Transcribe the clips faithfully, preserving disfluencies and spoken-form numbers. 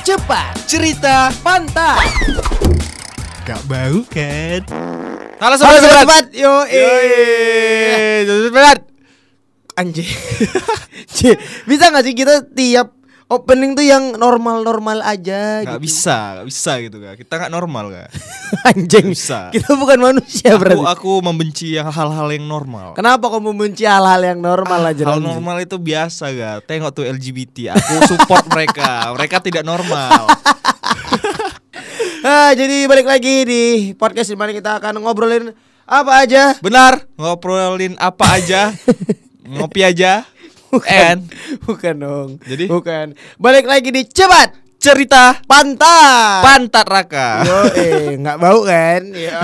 cepat, cerita pantas. Gak bau kan? Halo sobat cepat. Yo, eh, cepat. Anjing. Bisa gak sih kita tiap opening tuh yang normal-normal aja? Gak gitu. bisa, gak bisa gitu kan? Kita gak normal kan? Anjing. Bisa. Kita bukan manusia Aku, berarti. aku membenci yang hal-hal yang normal. Kenapa kau membenci hal-hal yang normal Ah, aja? hal Ranji? normal itu biasa gak? Tengok tuh L G B T. Aku support mereka. Mereka tidak normal. Ah, jadi balik lagi di podcast di mana kita akan ngobrolin apa aja. Benar. Ngobrolin apa aja. Ngopi aja. Bukan, And bukan dong. Jadi? Bukan. Balik lagi di cepat cerita pantat. pantat Raka. Yo, eh, nggak bau kan? Ya.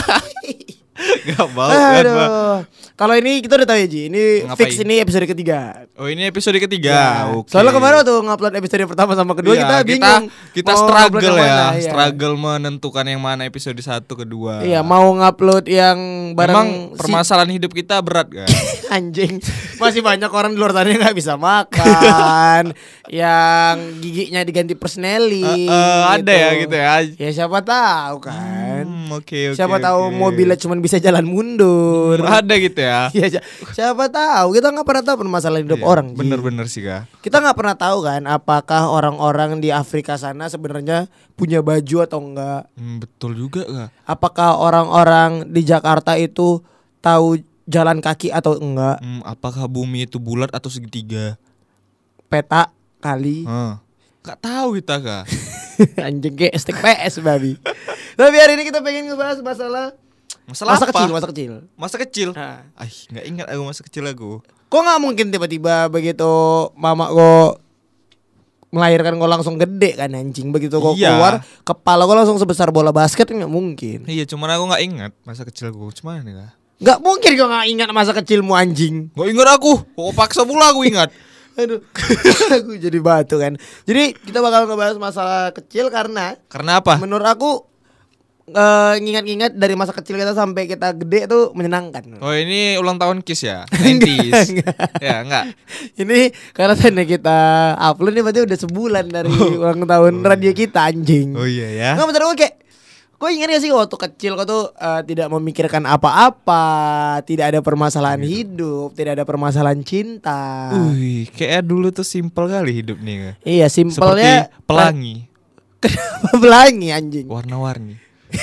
Gak bau kan, Pak? Aduh. Kalau ini kita udah tahu ya Ji. Ini Ngapain? fix ini episode ketiga. Oh, ini episode ketiga. Ya. Oke. Soalnya kemarin waktu ngupload episode pertama sama kedua Iya, kita bingung. Kita mau struggle ngupload yang ya, mana, iya. struggle menentukan yang mana episode satu kedua. Iya, mau ngupload yang bareng Memang si- permasalahan hidup kita berat kan? anjing. Masih banyak orang di luar sana yang nggak bisa makan, yang giginya diganti persneling. Eh, eh, ada ya gitu ya. Ya siapa tahu kan. Hmm, oke oke. Siapa tahu oke. mobilnya cuma bisa jalan mundur. Hmm, ada gitu ya. Iya, si- siapa tahu, kita nggak pernah tahu permasalahan hidup Iya, orang. Ji. Bener-bener sih kak. Kita nggak pernah tahu kan apakah orang-orang di Afrika sana sebenarnya punya baju atau enggak. Hmm, betul juga kak. Apakah orang-orang di Jakarta itu tahu jalan kaki atau enggak. Hmm, apakah bumi itu bulat atau segitiga? Peta kali. Hmm. Gak tahu kita kak. Anjing kayak stick P S babi. Tapi hari ini kita pengen ngebahas masalah Masalah masa apa? kecil, masa kecil. Masa kecil. Nah. Ah, nggak ingat aku masa kecil aku. Kok nggak mungkin tiba-tiba begitu mama kok melahirkan kok langsung gede kan anjing, begitu kok Iya. keluar kepala kok langsung sebesar bola basket, nggak mungkin. Iya, cuman aku nggak ingat masa kecilku. Cuman nih kak. Nggak mungkin kok nggak ingat masa kecilmu anjing. Gak ingat aku. Kok paksa pula aku ingat. Aduh, aku jadi batu kan. Jadi kita bakal ngebahas masalah kecil karena Karena apa? menurut aku eh, ngingat-ngingat dari masa kecil kita sampai kita gede tuh menyenangkan. Oh, ini ulang tahun Kiss ya? sembilan puluh. Ya, enggak. Ini karena tadi kita upload nih berarti udah sebulan dari ulang tahun Oh, radio iya. kita anjing. Oh iya ya. Nggak bener gue kayak, kau ingat gak sih waktu kecil kau tuh eh, tidak memikirkan apa-apa, tidak ada permasalahan hidup, tidak ada permasalahan cinta. Wih, kayak dulu tuh simpel kali hidup nih kak. Iya, simpelnya Seperti pelangi, Kenapa pelangi anjing? warna-warni.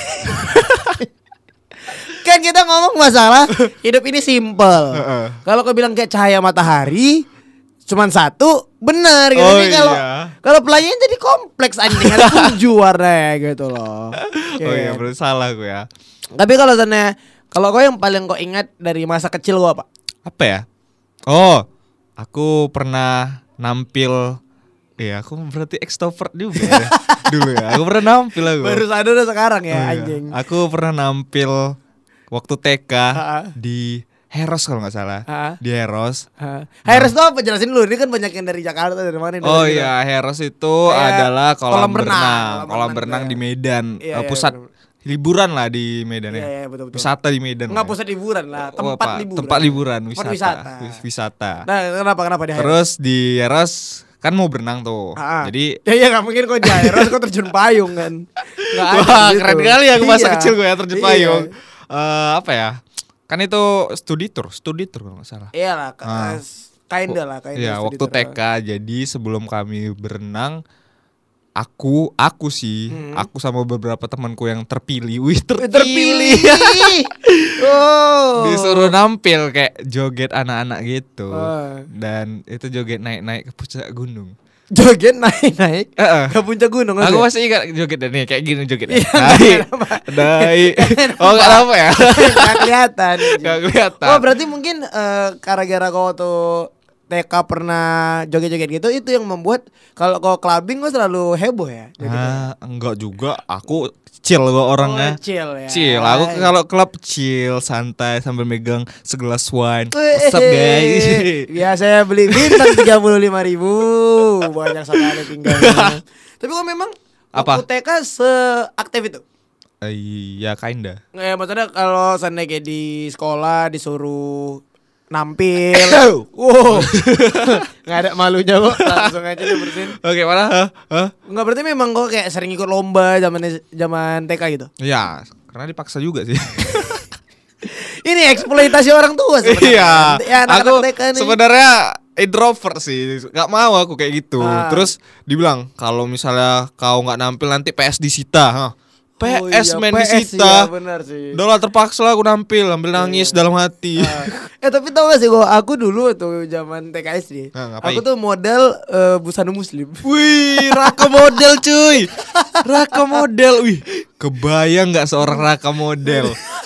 Kan kita ngomong masalah hidup ini simpel. Heeh. Kalau kau bilang kayak cahaya matahari cuman satu, benar gitu. Oh, Tapi kalau iya. kalau pelangi jadi kompleks anjing, ada tujuh warnanya gitu loh. Oh iya, Kayak- berarti salah gue ya. Tapi kalau sana, kalau kau yang paling kau ingat dari masa kecil kau apa? Apa ya? Oh, aku pernah nampil. Iya, aku berarti extrovert juga ya. Dulu ya. Aku pernah nampil aku. Baru sadar sekarang ya Oh, iya. anjing. Aku pernah nampil waktu T K Ha-ha. di Heros kalau nggak salah. Ha-ha. Di Heros. Hah. Harus tuh apa, jelasin dulu. Ini kan banyak yang dari Jakarta, dari mana nih? Oh Dari- iya, Heros itu Kayak adalah kolam, kolam renang, berenang, kolam kolam renang berenang gitu di ya. Medan, Iya, Eh, iya, pusat bener. liburan lah di Medan Iya, ya. iya, betul, betul. Wisata di Medan. Enggak lah. pusat liburan lah, Oh, tempat apa? liburan. Tempat liburan, Tempat wisata. wisata. Wis- Wisata. Nah, kenapa kenapa di Harus? Terus di Heros kan mau berenang tuh. Ah, ah. Jadi ya ya nggak mungkin kok di Harus kok terjun payung kan. Nggak ada wah, gitu. keren kali ya masa Iya. kecil gue ya terjun Iya. payung. Eh, apa ya? Kan itu studi tour, studi tour kalau nggak salah. Iyalah, Ah. kinda lah, kinda. Iya, studi waktu tour. T K. Jadi sebelum kami berenang, aku, aku sih, Hmm. aku sama beberapa temanku yang terpilih, wih terpilih, Terpilih. Oh. disuruh nampil kayak joget anak-anak gitu, Oh. dan itu joget naik-naik ke puncak gunung. Joget naik-naik Heeh. ke puncak gunung. Aku maksudnya? masih ingat joget dan nih kayak gini joget. Iya, Naik, kenapa? naik. Oh nggak apa ya? Nggak kelihatan. Nggak kelihatan. Oh, berarti mungkin eh, gara-gara kau tuh T K pernah joget-joget gitu, itu yang membuat kalau kau clubbing kau selalu heboh ya. Joget-joget. Ah, enggak juga. Aku chill kok orangnya. Oh, chill ya. Chill. Aku kalau klub chill, santai sambil megang segelas wine. Wih, What's up guys? biasanya beli bintang tiga puluh lima ribu, banyak sekali tinggalnya. Tapi kok memang Apa? waktu T K seaktif itu? Eh, Iya, kinda. Ya maksudnya kalau seandainya kayak di sekolah disuruh nampil. Wow. Nggak ada malunya kok, langsung aja dibersihin. Oke, mana? Hah? Hah? Enggak, berarti memang kok kayak sering ikut lomba zaman zaman T K gitu. Ya, karena dipaksa juga sih. Ini eksploitasi orang tua sebenarnya. Iya. Ya, anak-anak Aku T K nih. sebenarnya introvert sih, nggak mau aku kayak gitu. Ah. Terus dibilang kalau misalnya kau nggak nampil nanti P S disita. Hah. P S Oh iya, men P S disita. ya, benar sih. Udah lah terpaksa lah aku nampil, ambil nangis dalam hati. Ah. Eh tapi tau gak sih kok aku dulu tuh zaman T K S D, Nah, ngapain? aku tuh model eh, busana muslim. Wih, Raka model cuy. Raka model. Wih, kebayang nggak seorang Raka model?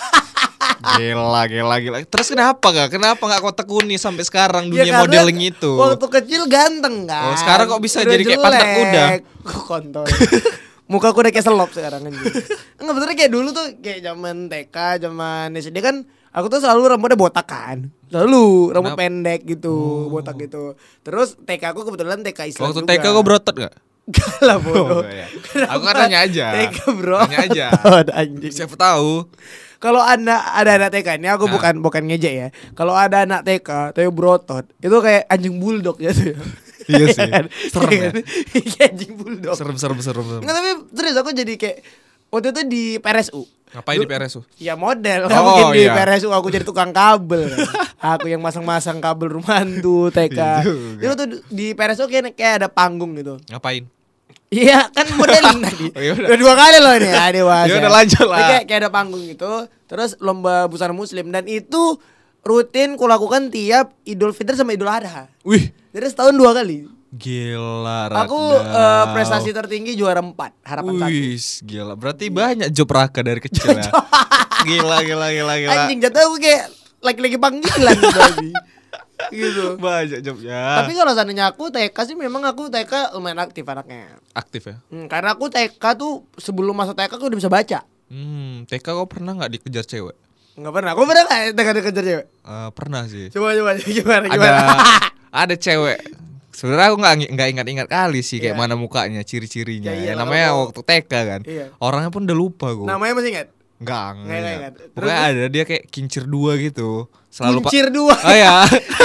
Gila, gila, gila. Terus kenapa gak? Kenapa gak kau tekuni sampai sekarang dunia Ya, karena modeling itu? Waktu kecil ganteng kan. Oh, sekarang kok bisa Udah jadi kayak pantat kuda? Kok kontol. Muka aku udah kayak selop sekarang anjing. Enggak, bener kayak dulu tuh kayak zaman T K, zaman S D kan aku tuh selalu rambutnya botak kan. Selalu rambut Kenapa? pendek gitu, botak gitu. Terus T K aku kebetulan T K Islam Waktu juga. T K kau berotot gak? Enggak lah bodoh. Oh, iya. Aku kan nanya aja. T K bro. Nanya aja. Anjing. Siapa tahu. Kalau anak ada anak T K ini aku Nah. bukan bukan ngejek ya. Kalau ada anak T K, tapi berotot, itu kayak anjing bulldog gitu ya. Iya sih. Kan? Serem Iya ya. kan? Kayak anjing bulldog. Serem, serem, serem, serem. Enggak, tapi serius aku jadi kayak waktu itu di P R S U. Ngapain di P R S U? Ya model, Oh, kan mungkin di iya. P R S U aku jadi tukang kabel kan. Aku yang masang-masang kabel rumah hantu T K. Iya juga. Itu tuh di P R S U kayak, kayak ada panggung gitu. Ngapain? Iya kan modeling tadi. Oh, yaudah. Udah dua kali loh ini ya dewasa. Ya udah, lanjut lah. Jadi Kayak, kayak ada panggung gitu. Terus lomba busana muslim dan itu rutin kulakukan tiap Idul Fitri sama Idul Adha. Wih, Jadi setahun dua kali. gila Raka. Aku eh, prestasi tertinggi juara empat, harapan satu. Wih, gila. Berarti banyak job Raka dari kecil ya. Gila, gila, gila, gila. Anjing jatuh aku kayak lagi-lagi panggilan babi. Gitu. Banyak jobnya. Tapi kalau seandainya aku T K sih memang aku T K lumayan aktif anaknya. Aktif ya. Hmm, karena aku T K tuh sebelum masuk T K aku udah bisa baca. Hmm, T K kau pernah nggak dikejar cewek? Enggak pernah. Aku pernah enggak T K dikejar cewek? Eh, pernah sih. Coba coba gimana Ada gimana. ada cewek. Sebenarnya aku nggak nggak ingat-ingat kali sih kayak Iya. mana mukanya, ciri-cirinya. Ya, iya, Ya, namanya kalau- waktu T K kan. Iya. Orangnya pun udah lupa gue. Namanya masih ingat? Enggak, Nggak enggak. ingat. ingat. Terus- Pokoknya ada dia kayak kincir dua gitu. Selalu pa- Kuncir dua. Oh ya.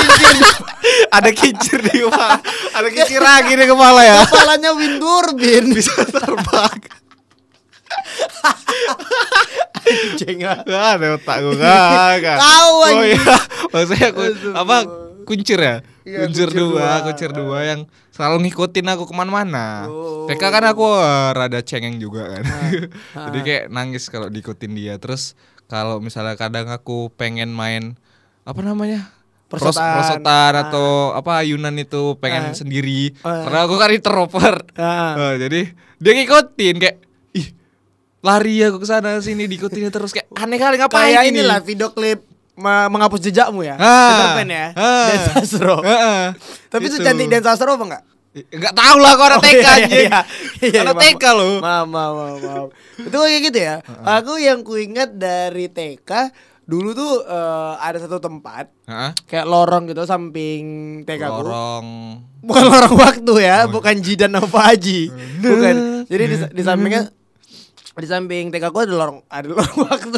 Ada kincir di kepala. Ada kincir lagi di kepala ya. Kepalanya wind turbine bisa Terbang. anjing. Gak ada otak gue kagak. Tahu, Oh anjing. iya. Maksudnya aku Aduh. apa kuncir ya? Iya, kuncir, kuncir dua, dua. kuncir dua yang selalu ngikutin aku kemana-mana. Oh. T K kan aku eh, rada cengeng juga kan. Ah. Jadi kayak nangis kalau diikutin dia. Terus kalau misalnya kadang aku pengen main apa namanya? Pros- Prosotan. prosotan Ah. atau apa ayunan itu pengen Ah. sendiri. Ah. Karena aku kan introvert. Ah. Eh, jadi dia ngikutin kayak ih lari aku ke sana sini diikutin terus kayak aneh kali ngapain Kayak ini? inilah video klip me- menghapus jejakmu ya. Ah. Peter Pan ya. Ah. Dan Sastro. Heeh. Tapi itu Itu. cantik Dan Sastro apa enggak? Enggak tahu lah kok Oh, anak T K iya, anjing. iya, iya, Anak maaf, T K loh. Maaf, maaf, maaf, maaf. Itu kayak gitu ya. Aku yang kuingat dari T K dulu tuh eh, ada satu tempat Heeh. kayak lorong gitu samping T K ku. Lorong. Bukan lorong waktu ya, bukan Jidan apa Haji. Bukan. Jadi di, di sampingnya di samping T K ku ada lorong ada lorong waktu.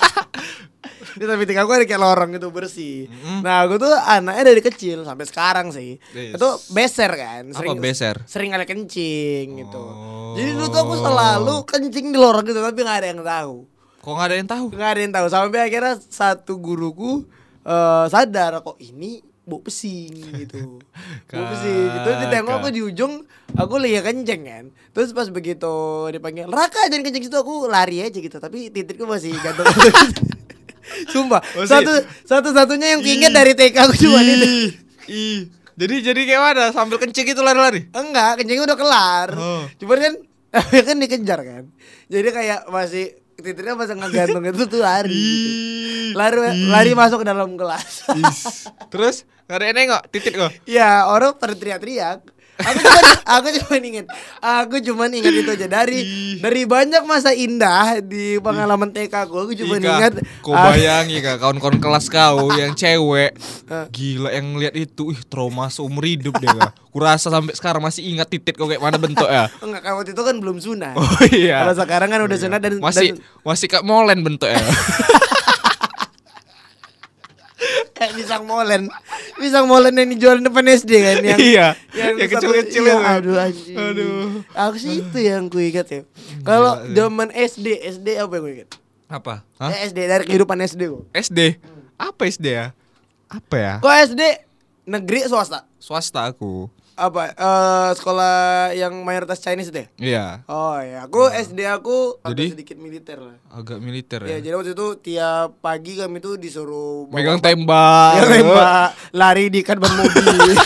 Di samping T K ku ada kayak lorong gitu bersih. Nah, aku tuh anaknya dari kecil sampai sekarang sih. Yes. Itu beser kan, Apa beser? Sering kali kencing gitu. Oh. Jadi dulu tuh aku selalu kencing di lorong gitu tapi nggak ada yang tahu. Kok nggak ada yang tahu? Nggak ada yang tahu sampai akhirnya satu guruku eh, sadar kok ini bau pesing gitu. Bau pesing gitu. Dia tengok aku di ujung, aku lihat kenceng kan. Terus pas begitu dipanggil, "Raka jangan kenceng situ," aku lari aja gitu. Tapi titikku masih gantung. Sumpah, Masih- satu satu-satunya yang keinget dari T K aku cuma itu. Ih. Jadi jadi kayak mana? Sambil kencing itu lari-lari. Enggak, kencingnya udah kelar. Oh. Cuman kan kan dikejar kan. Jadi kayak masih titiknya masih ngegantung itu tuh lari. Gitu. Lari lari masuk ke dalam kelas. Is. Terus nggak ada yang nengok, titit kok. Ya, orang pada teriak-teriak. Aku cuma aku cuma ingat. Aku cuma ingat itu aja dari dari banyak masa indah di pengalaman T K aku. Aku cuma Ika, ingat kau ah, bayangi kak kawan-kawan kelas kau yang cewek Ah. gila yang lihat itu ih trauma seumur hidup deh kak. Kurasa sampai sekarang masih ingat titit kau kayak mana bentuknya. enggak kan waktu itu kan belum sunat. Oh iya. Kalau sekarang kan udah sunat dan Masih dan- masih kayak molen bentuknya. kayak pisang molen. Pisang molen yang dijual depan S D kan yang Iya, yang, yang satu- kecil-kecil iya, itu. aduh anjing. Aduh. Aku sih itu yang ku ingat ya. Kalau zaman S D, S D apa yang ku ingat? Apa? Hah? Eh, S D dari kehidupan S D kok. S D. Apa S D ya? Apa ya? Kok S D negeri swasta? Swasta aku. Apa eh, sekolah yang mayoritas Chinese itu ya? Iya. Oh ya, aku S D aku agak Jadi? sedikit militer lah. Agak militer Ya, ya. jadi waktu itu tiap pagi kami tuh disuruh bawa- Megang tembak. ya, tembak, lari di kan ban mobil.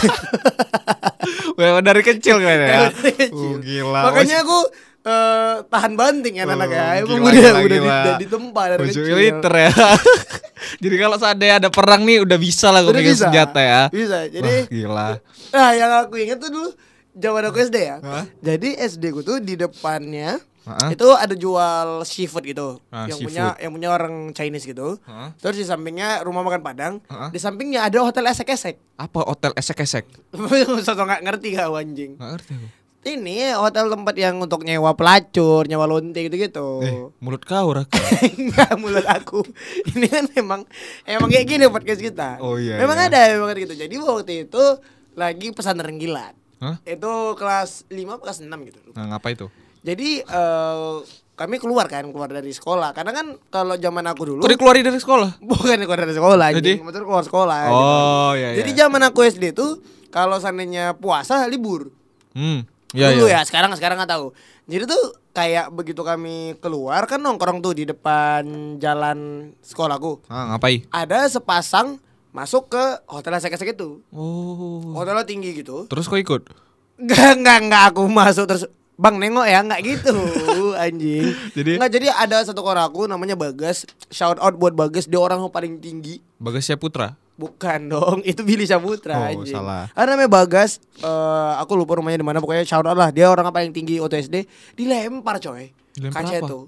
Wah, dari kecil kan ya. Dari kecil. Oh, gila. Makanya aku eh, tahan banting kan Oh, anaknya. Emang gila, udah gila, udah di, gila. udah ditempa dari Baju kecil. militer ya. Jadi kalau seandainya ada perang nih udah bisa lah gue Udah pegang bisa. senjata ya. Bisa. Jadi Wah, gila. nah yang aku ingat tuh dulu zaman aku S D ya. Hah? Jadi S D ku tuh di depannya Hah? itu ada jual seafood gitu, Ah, yang seafood. punya yang punya orang Chinese gitu. Hah? Terus di sampingnya rumah makan Padang, Hah? di sampingnya ada hotel esek-esek. Apa hotel esek-esek? Satu nggak ngerti gak anjing. Nggak ngerti aku. Ini hotel tempat yang untuk nyewa pelacur, nyewa lonte gitu-gitu. Eh, mulut kau Raka. Enggak mulut aku. Ini kan emang emang kayak gini podcast kita. Oh, iya, Memang iya. ada memang kayak gitu. Jadi waktu itu lagi pesantren kilat. Hah? Itu kelas lima kelas enam gitu. Nah, ngapa itu? Jadi eh, kami keluar kan, keluar dari sekolah. Karena kan kalau zaman aku dulu Kok dikeluarin dari sekolah? bukan keluar dari sekolah, Jadi? anjing. Maksudnya keluar sekolah. gitu. Oh, iya, iya. Jadi zaman aku S D tuh kalau seandainya puasa libur. Hmm. Iya, Dulu iya. ya, sekarang sekarang nggak tahu. Jadi tuh kayak begitu kami keluar kan nongkrong tuh di depan jalan sekolahku. Ah, ngapain? Ada sepasang masuk ke hotel esek-esek itu. Oh. Hotelnya tinggi gitu. Terus kau ikut? Enggak, enggak, enggak aku masuk terus Bang nengok ya, enggak gitu anjing. Jadi? Enggak, jadi ada satu kawan aku namanya Bagas. Shout out buat Bagas, dia orang yang paling tinggi. Bagas Putra. Bukan dong, itu Billy Saputra Oh, anjing. salah. Ada namanya Bagas, eh, aku lupa rumahnya di mana, pokoknya shout out lah, dia orang yang paling tinggi O T S D, dilempar coy. Dilempar kaca apa? itu.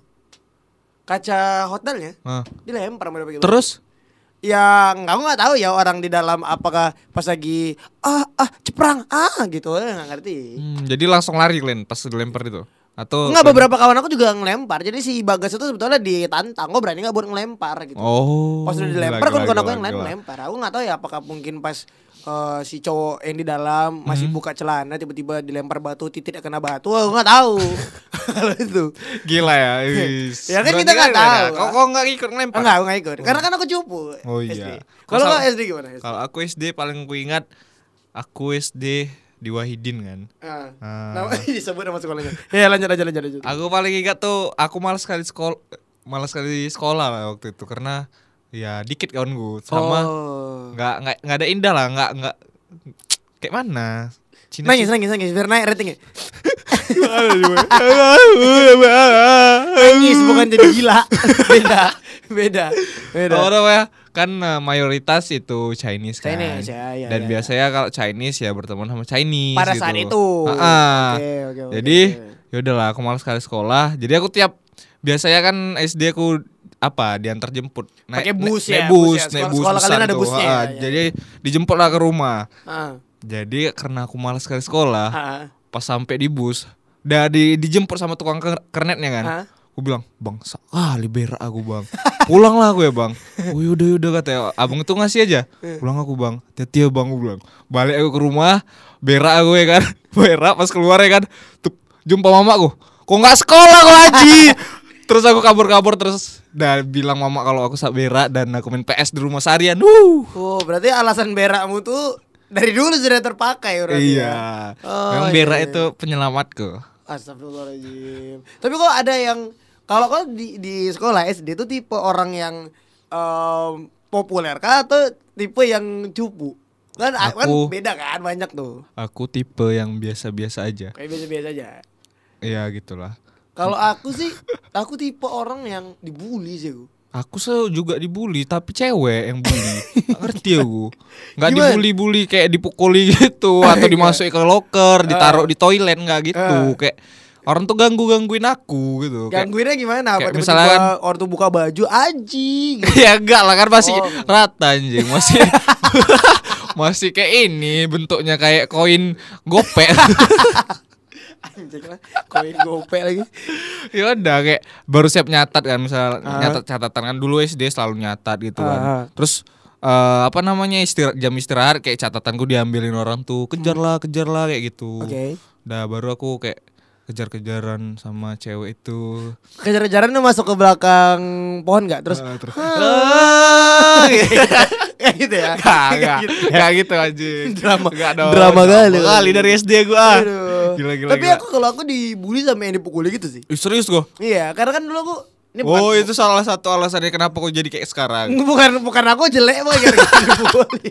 Kaca hotelnya Ah. dilempar sama dia pakai batu. Terus? Ya, enggak, aku enggak tahu ya orang di dalam apakah pas lagi ah ah ceprang ah gitu, enggak ngerti. Hmm, jadi langsung lari kalian pas dilempar itu? Atau Enggak, beberapa kawan aku juga ngelempar. Jadi si Bagas itu sebetulnya ditantang, kok berani enggak buat ngelempar gitu. Oh. Pas udah dilempar gila, kan gila, bukan aku gila, yang lain gila. ngelempar. Aku nggak tahu ya apakah mungkin pas eh, si cowok yang di dalam masih Hmm. buka celana tiba-tiba dilempar batu, titik kena batu. Aku nggak tahu. Kalau itu. Gila ya. wis. Ya kan Berarti kita nggak ada. tahu. Kok kok enggak ikut ngelempar? Enggak, aku nggak ikut. Karena kan aku cupu. Oh, S D. iya. Kalau Kalau- nggak S D gimana? S D? Kalau aku S D paling aku ingat aku S D di Wahidin kan. Ah. Ah. Namanya disebut nama sekolahnya. Ya lanjut aja lanjut lanjut. Aku paling ingat tuh aku malas sekali sekolah malas sekali sekolah lah waktu itu karena ya dikit kawan gue sama Oh. nggak nggak nggak ada indah lah nggak nggak kayak mana Cina Nangis nangis nangis biar naik ratingnya. Cina Nangis bukan jadi gila. Beda. Beda. Beda. Oh, apa ya? Kan uh, mayoritas itu Chinese kan. Chinese, ya, ya, Dan ya, biasanya kalau Chinese ya berteman sama Chinese Pada gitu. saat itu. Ah, Oke, oke, oke, Jadi oke. ya udahlah aku malas sekali sekolah. Jadi aku tiap biasanya kan S D aku apa diantar jemput Pakai bus naik ya, bus, bus ya. naik Sekolah- bus sekolah besar kalian ada tuh. busnya Ah, ya, ya. Jadi dijemput lah ke rumah. Ah. Jadi karena aku malas sekali sekolah, Ah. pas sampai di bus, udah di, dijemput sama tukang ke- kernetnya kan. Ah. Aku bilang, bang, sekali berak aku bang. Pulang lah aku ya bang. Oh yaudah yaudah katanya, abang itu ngasih aja. Pulang aku bang, hati-hati ya bang, aku bilang. Balik aku ke rumah, berak aku ya kan. Berak pas keluar ya kan, tuh, jumpa mamaku. Kok nggak sekolah kok Haji? Terus aku kabur-kabur terus dan bilang mama kalau aku sak berak dan aku main P S di rumah seharian. Uh. Oh, berarti alasan berakmu tuh dari dulu sudah terpakai berarti Iya. ya. Oh, Memang iya, berak iya. itu penyelamatku. Astagfirullahaladzim. Tapi kok ada yang kalau kau di di sekolah S D tuh tipe orang yang em, populer kah atau tipe yang cupu? Kan kan Aku- beda kan, banyak tuh. Aku tipe yang biasa-biasa aja. Kayak biasa-biasa aja. Iya gitulah. Kalau aku sih, aku tipe orang yang dibully sih aku. Aku selalu juga dibully, tapi cewek yang bully. Nggak ngerti aku. Nggak Gimana? dibully-bully kayak dipukuli gitu atau dimasukin ke loker, ditaruh di toilet nggak gitu. Ah. Kayak orang tuh ganggu-gangguin aku gitu. Kayak- Gangguinnya gimana? kayak Apa tiba-tiba misalkan- orang tuh buka baju anjing gitu. ya enggak lah kan masih Oh. rata anjing, masih masih kayak ini bentuknya kayak koin gopek. Anjing lah, koin gope lagi. Ya udah kayak baru siap nyatat kan misal Ah. nyatat catatan kan dulu S D selalu nyatat gitu kan. Ah. Terus eh, apa namanya istirahat jam istirahat kayak catatanku diambilin orang tuh, kejarlah kejarlah kayak gitu. Oke. Udah baru aku kayak kejar-kejaran sama cewek itu. Kejar-kejaran tuh masuk ke belakang pohon nggak? Terus, Ah, terus "Ah." Kayak gitu ya? Gak, gak, gak gitu anjing. Drama, Gak dong. drama kali. kali dari S D gua. Aduh. Gila, gila, Tapi gila. aku kalau aku dibully sama yang dipukuli gitu sih. Ih, serius gua? Iya, karena kan dulu aku ini Oh, bukan, itu salah satu alasannya kenapa kau jadi kayak sekarang. bukan bukan aku jelek bukan gara-gara dibully.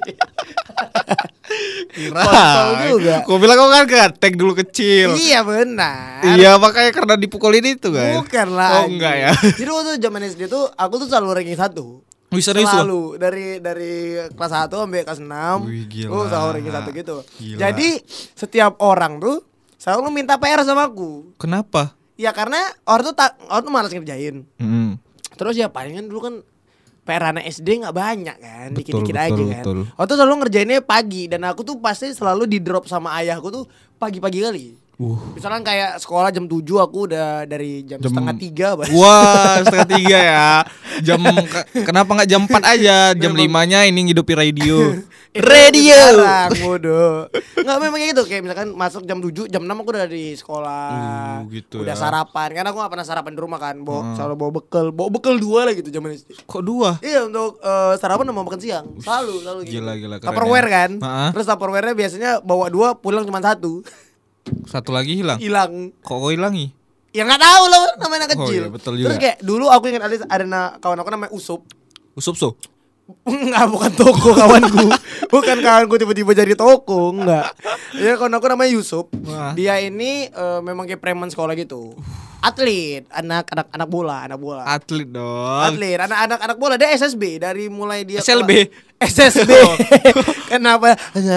Kira. Kontol juga. Kau bilang kau kan ketek dulu kecil. Iya benar. Iya, makanya karena dipukulin itu kan. Bukan lah. Oh, enggak ya. Jadi waktu zaman S D tuh aku tuh selalu ranking satu. Wih, serius gua? Selalu dari dari kelas satu sampai kelas enam. Wih, gila. Tuh selalu ranking satu gitu. Gila. Jadi setiap orang tuh selalu minta P R sama aku. Kenapa? Ya karena orang tuh tak orang tuh malas ngerjain. Hmm. Terus ya palingan dulu kan P R anak S D nggak banyak kan, Betul, dikit-dikit betul, aja kan. betul. Aku tuh selalu ngerjainnya pagi dan aku tuh pasti selalu di drop sama ayahku tuh pagi-pagi kali. Uh. Misalkan kayak sekolah jam tujuh aku udah dari jam, Jam- setengah tiga bahkan. Wah, setengah tiga ya. Jam ke- kenapa nggak jam empat aja? Jam limanya ini ngidupi radio. Itu Radio. sekarang bodoh. Enggak memang kayak gitu, kayak misalkan masuk jam tujuh, jam enam aku udah di sekolah. Uh, gitu udah ya. sarapan. Karena aku gak pernah sarapan di rumah kan, bawa Hmm. selalu bawa bekal. Bawa bekal dua lah gitu zaman S D. Kok dua? Iya untuk eh, sarapan sama makan siang. Selalu, selalu gitu. Gila, gila, keren Tupperware ya. kan. Ha-ha. Terus Tupperware-nya biasanya bawa dua, pulang cuma satu. Satu lagi hilang. Hilang. Kok kau hilangi? Ya nggak tahu lah namanya anak Oh, kecil. iya, betul juga. Terus kayak dulu aku ingat ada ada na- kawan aku namanya Usup. Usup so. Enggak, bukan toko kawanku. Bukan kawanku tiba-tiba jadi toko, enggak. Ya kawan aku namanya Yusuf. Wah. Dia ini eh, memang kayak preman sekolah gitu. Atlet, anak anak anak bola, anak bola. Atlet dong. Atlet, anak-anak anak bola dia S S B dari mulai dia S L B. S S B. Oh. Kenapa?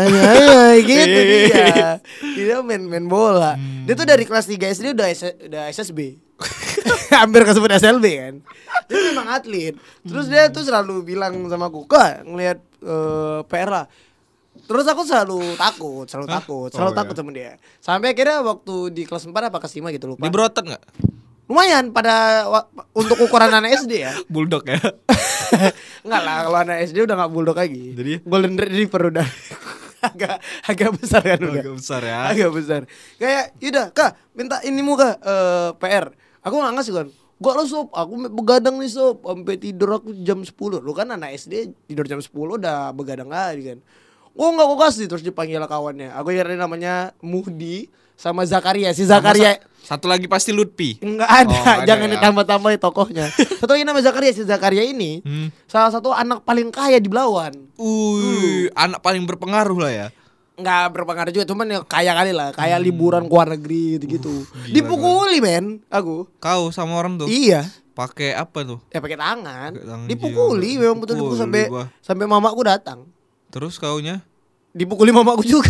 Gitu dia. Dia main main bola. Dia tuh dari kelas tiga S D udah S- udah S S B. Hampir kesebut S L B kan. Dia memang atlet. Terus dia tuh selalu bilang sama aku, "Kak, ngelihat eh, P R lah." Terus aku selalu takut, selalu Hah? takut, Oh, selalu iya. takut sama dia. Sampai akhirnya waktu di kelas empat apa kelas lima gitu lupa. Di berotot nggak? Lumayan pada wa- untuk ukuran anak S D ya. Bulldog ya. Enggak lah, kalau anak S D udah gak bulldog lagi. Jadi? Golden Retriever udah agak agak besar kan udah. Agak besar ya. Agak besar. Kayak, yaudah Kak, minta ini muka eh, P R. Aku gak ngasih kan. Gua lo sob, aku begadang nih sob, sampai tidur aku jam sepuluh. Lu kan anak S D tidur jam sepuluh udah begadang kali kan. Oh enggak aku kasih, terus dipanggil kawannya. Aku ingat namanya Muhdi sama Zakaria. Si Zakaria Sa- Satu lagi pasti Lutfi. enggak ada, Oh, nggak ada jangan ya. ditambah-tambah tokohnya. Satu lagi nama Zakaria, si Zakaria ini Hmm. salah satu anak paling kaya di Belawan. Uy, anak paling berpengaruh lah ya. Nggak berpengaruh juga, cuman ya kaya kali lah, kayak liburan ke luar negeri gitu-gitu. gila, Dipukuli men, aku. Kau sama orang tuh Iya, pakai apa tuh? ya pakai tangan. Pakai tangan, Dipukuli, gila. memang betul-betul Dipukuli, sampai gua. sampai mamaku datang. Terus kaunya? Dipukuli mamaku juga.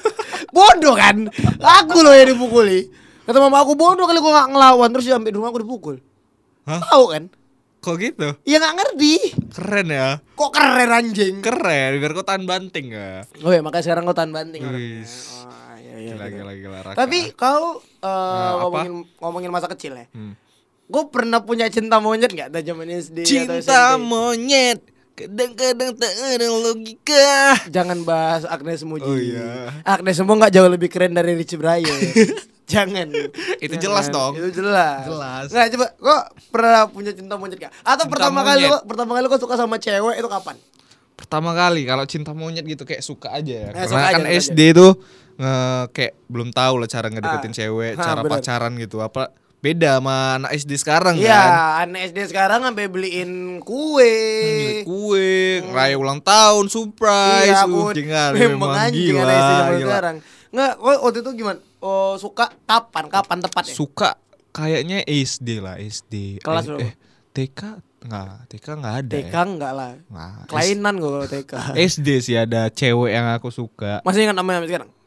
Bodoh kan? Aku loh yang dipukuli. Kata mama aku bodoh kali gua nggak ngelawan, terus sampai di rumah aku dipukul. Hah? Tahu kan? Kok gitu? Ya nggak ngerti. Keren ya. Kok keren anjing. Keren, biar kau tahan banting ya. Oh ya, makanya sekarang kau tahan banting orangnya. Wis. Oh, iya, iya, Gila, gitu. gila, gila, Raka. Tapi kau eh, Nah, apa? ngomongin ngomongin masa kecil ya. Hmm. Gue pernah punya cinta monyet gak dari zaman S D atau S M P? Cinta monyet kadang-kadang tak ada logika. Jangan bahas Agnes Moji. Oh, iya. Agnes Mo gak jauh lebih keren dari Richie Brian. Jangan. Itu Jangan. jelas dong. Itu jelas. Jelas. Nggak, coba kok pernah punya cinta monyet gak? Atau Cinta pertama kali monyet. lo pertama kali lo suka sama cewek itu kapan? Pertama kali kalau cinta monyet gitu kayak suka aja ya. Eh, Karena suka aja, kan suka S D tuh nge- kayak belum tahu lah cara ngedeketin Ah. cewek, Ah, cara bener. pacaran gitu. Apa beda sama anak S D sekarang Iya, kan? anak S D sekarang sampai beliin kue. Beli kue, raya ulang tahun, surprise. Iya, uh, aku tinggal memang anjing gila, anak S D zaman gila. sekarang. Nggak, oh, waktu itu gimana? Oh, suka kapan? Kapan tepatnya? Suka kayaknya S D lah, S D. Kelas eh, berapa? eh, T K enggak, T K enggak ada. T K Ya. enggak lah. Nah, Kelainan gue kalau T K. S D sih ada cewek yang aku suka. Masih ingat namanya sampai sekarang?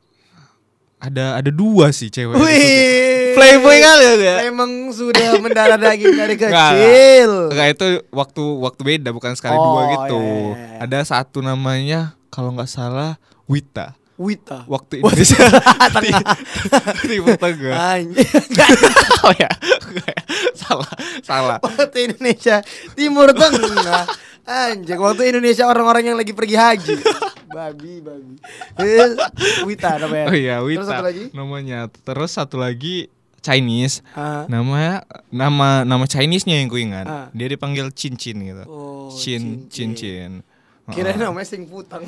Ada ada dua sih cewek. yang aku suka. Wih, Playboy kali ya. Emang sudah mendarah daging dari Enggak, kecil. enggak, itu waktu waktu beda bukan sekali Oh, dua gitu. iya, iya, iya. Ada satu namanya kalau nggak salah Wita. Wita. Waktu Indonesia di Timur Tengah. Anjing. Oh ya, enggak ya. Salah, salah. Waktu Indonesia Timur Tengah. Anjing, waktu Indonesia orang-orang yang lagi pergi haji. Babi, babi. Eh, Wita namanya. Oh iya, Wita. Terus satu lagi? Namanya. Terus satu lagi Chinese. Ah. Namanya nama nama Chinese-nya yang ku ingat. Ah. Dia dipanggil Cincin gitu. Oh, Cin Cincin. Cincin. Kirain namanya Sing Putang.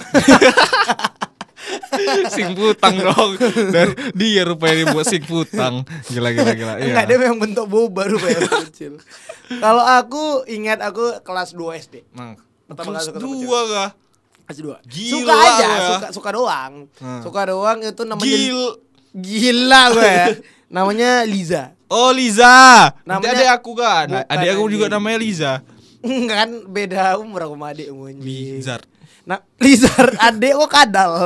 Sing putang dong. Dan dia rupanya dibuat sing putang. Gila gila gila. Enggak, dia memang bentuk boba rupanya kecil. Kalau aku ingat aku kelas dua S D. Nah, Pertama kelas kali ketemu dua kah? Kelas dua. Gila Suka aja, ya. suka suka doang. Hmm. Suka doang itu namanya Gil. Gila gue ya. Namanya Liza. Oh Liza. Nanti Namanya- adek aku kan. Bukan, Adik aku juga anjing. namanya Liza. Enggak kan beda umur aku sama adik umurnya. Lizard. Nah, Lizard adik kok kadal.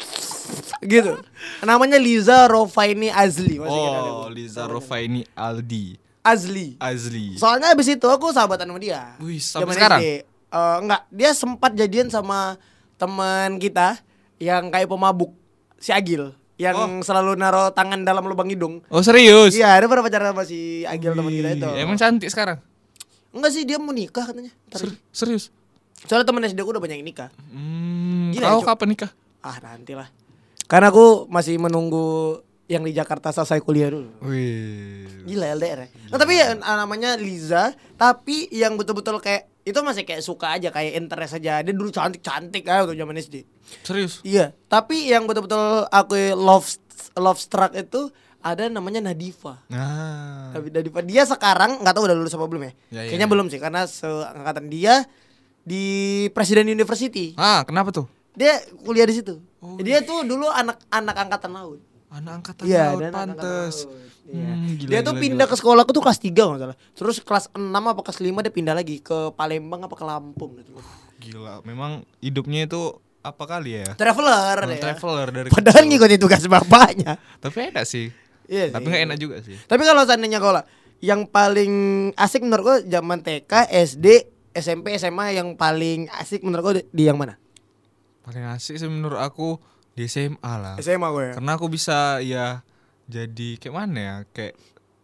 Gitu. Namanya Liza Rofaini Azli. Masih ingat ada, Oh Bu? Liza Rofaini Aldi Azli. Azli. Soalnya abis itu aku sahabatan sama dia. Wih, sampai Zaman sekarang? S D. Eh, enggak, dia sempat jadian sama teman kita yang kayak pemabuk, si Agil, yang Oh. selalu naruh tangan dalam lubang hidung. Oh serius? Iya, dia pernah pacaran sama si Agil teman kita itu. Wih, Emang cantik sekarang? Enggak sih, dia mau nikah katanya. Ntar. Ser- serius? Soalnya temen S D aku udah banyak yang nikah. Hmm, Gila, kau Cuk. kapan nikah? Ah, nantilah. Karena aku masih menunggu yang di Jakarta selesai kuliah dulu. Wih. Gila L D R ya. Nah, tapi ya namanya Liza, tapi yang betul-betul kayak itu masih kayak suka aja, kayak interest aja. Dia dulu cantik-cantik kan waktu zaman S D. Serius? Iya, tapi yang betul-betul aku love love struck itu ada namanya Nadifa. Nah. Tapi Nadifa dia sekarang nggak tahu udah lulus apa belum ya? Ya, ya, Kayaknya ya. belum sih karena seangkatan dia di Presiden University. Ah, kenapa tuh? Dia kuliah di situ. Oh, Dia tuh dulu anak-anak angkatan laut. Anak angkatan Iya, laut dan anak angkatan pantes. laut. Iya. Hmm, gila, Dia tuh gila, pindah gila. ke sekolah aku tuh kelas tiga enggak salah. Terus kelas enam apa kelas lima dia pindah lagi ke Palembang apa ke Lampung gitu. Gila, memang hidupnya itu apa kali ya? Traveler Hmm, ya. Traveler dari Padahal kecil. ngikutin tugas bapaknya. Tapi enak sih. Iya Tapi sih. nggak enak juga sih. Tapi kalau seandainya kalau yang paling asik menurut gua zaman T K, S D, S M P, S M A yang paling asik menurut gua di, di yang mana? Paling asik sih menurut aku di S M A lah. S M A gue ya. Karena aku bisa ya jadi kayak mana ya? Kayak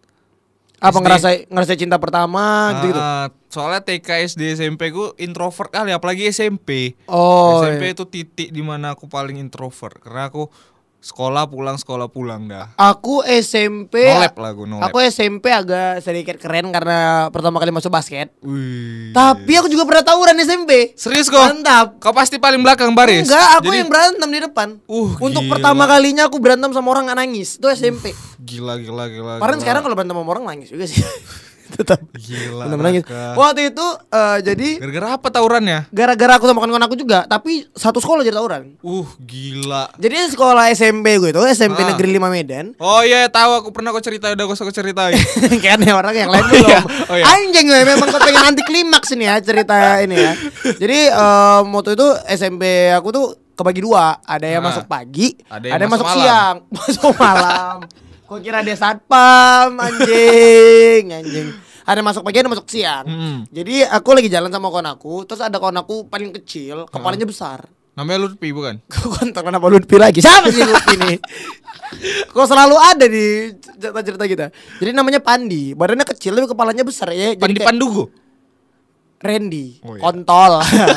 Apa S D. ngerasa ngerasa cinta pertama gitu gitu. Ah, soalnya T K, S D, S M P ku introvert kali, apalagi S M P. Oh. S M P iya. itu titik di mana aku paling introvert karena aku sekolah pulang sekolah pulang dah. Aku S M P Nolep lah aku nolep. Aku S M P agak sedikit keren karena pertama kali masuk basket. Wih. Tapi aku juga pernah tawuran S M P. Serius kok? Mantap. Kau pasti paling belakang baris. Enggak, aku Jadi- yang berantem di depan. Uh, Untuk gila. pertama kalinya aku berantem sama orang nggak nangis. Itu S M P. Gila gila gila. Padahal gila. sekarang kalau berantem sama orang nangis juga sih. Tetap. Gila. Bener nangis. Raka. Waktu itu eh, jadi Gara-gara apa tawurannya? gara-gara aku sama kawan-kawan aku juga, tapi satu sekolah jadi tawuran. Uh, gila. Jadi sekolah S M P gue itu S M P Ah. Negeri lima Medan. Oh iya, tahu aku pernah kau cerita, udah kau ceritain. Kayaknya orang yang lain Oh, belum. iya. Oh, iya. Anjing gue memang kepengen anti klimaks ini ya cerita ini ya. Jadi eh, waktu itu S M P aku tuh kebagi dua, ada yang Ah. masuk pagi, Ada ada yang yang, masuk masuk, malam. siang, masuk malam. Kok kira dia satpam anjing, anjing. Ada masuk pagi, ada masuk siang. Mm-mm. Jadi aku lagi jalan sama kawan aku, terus ada kawan aku paling kecil, kepalanya besar. Namanya Lutfi bukan? Kok kontak kenapa Lutfi lagi? Siapa sih Lutfi ini? Kok selalu ada di cerita-cerita kita. Jadi namanya Pandi, badannya kecil tapi kepalanya besar ya. Jadi Pandi kayak Pandugo. Randy, Oh, iya. kontol.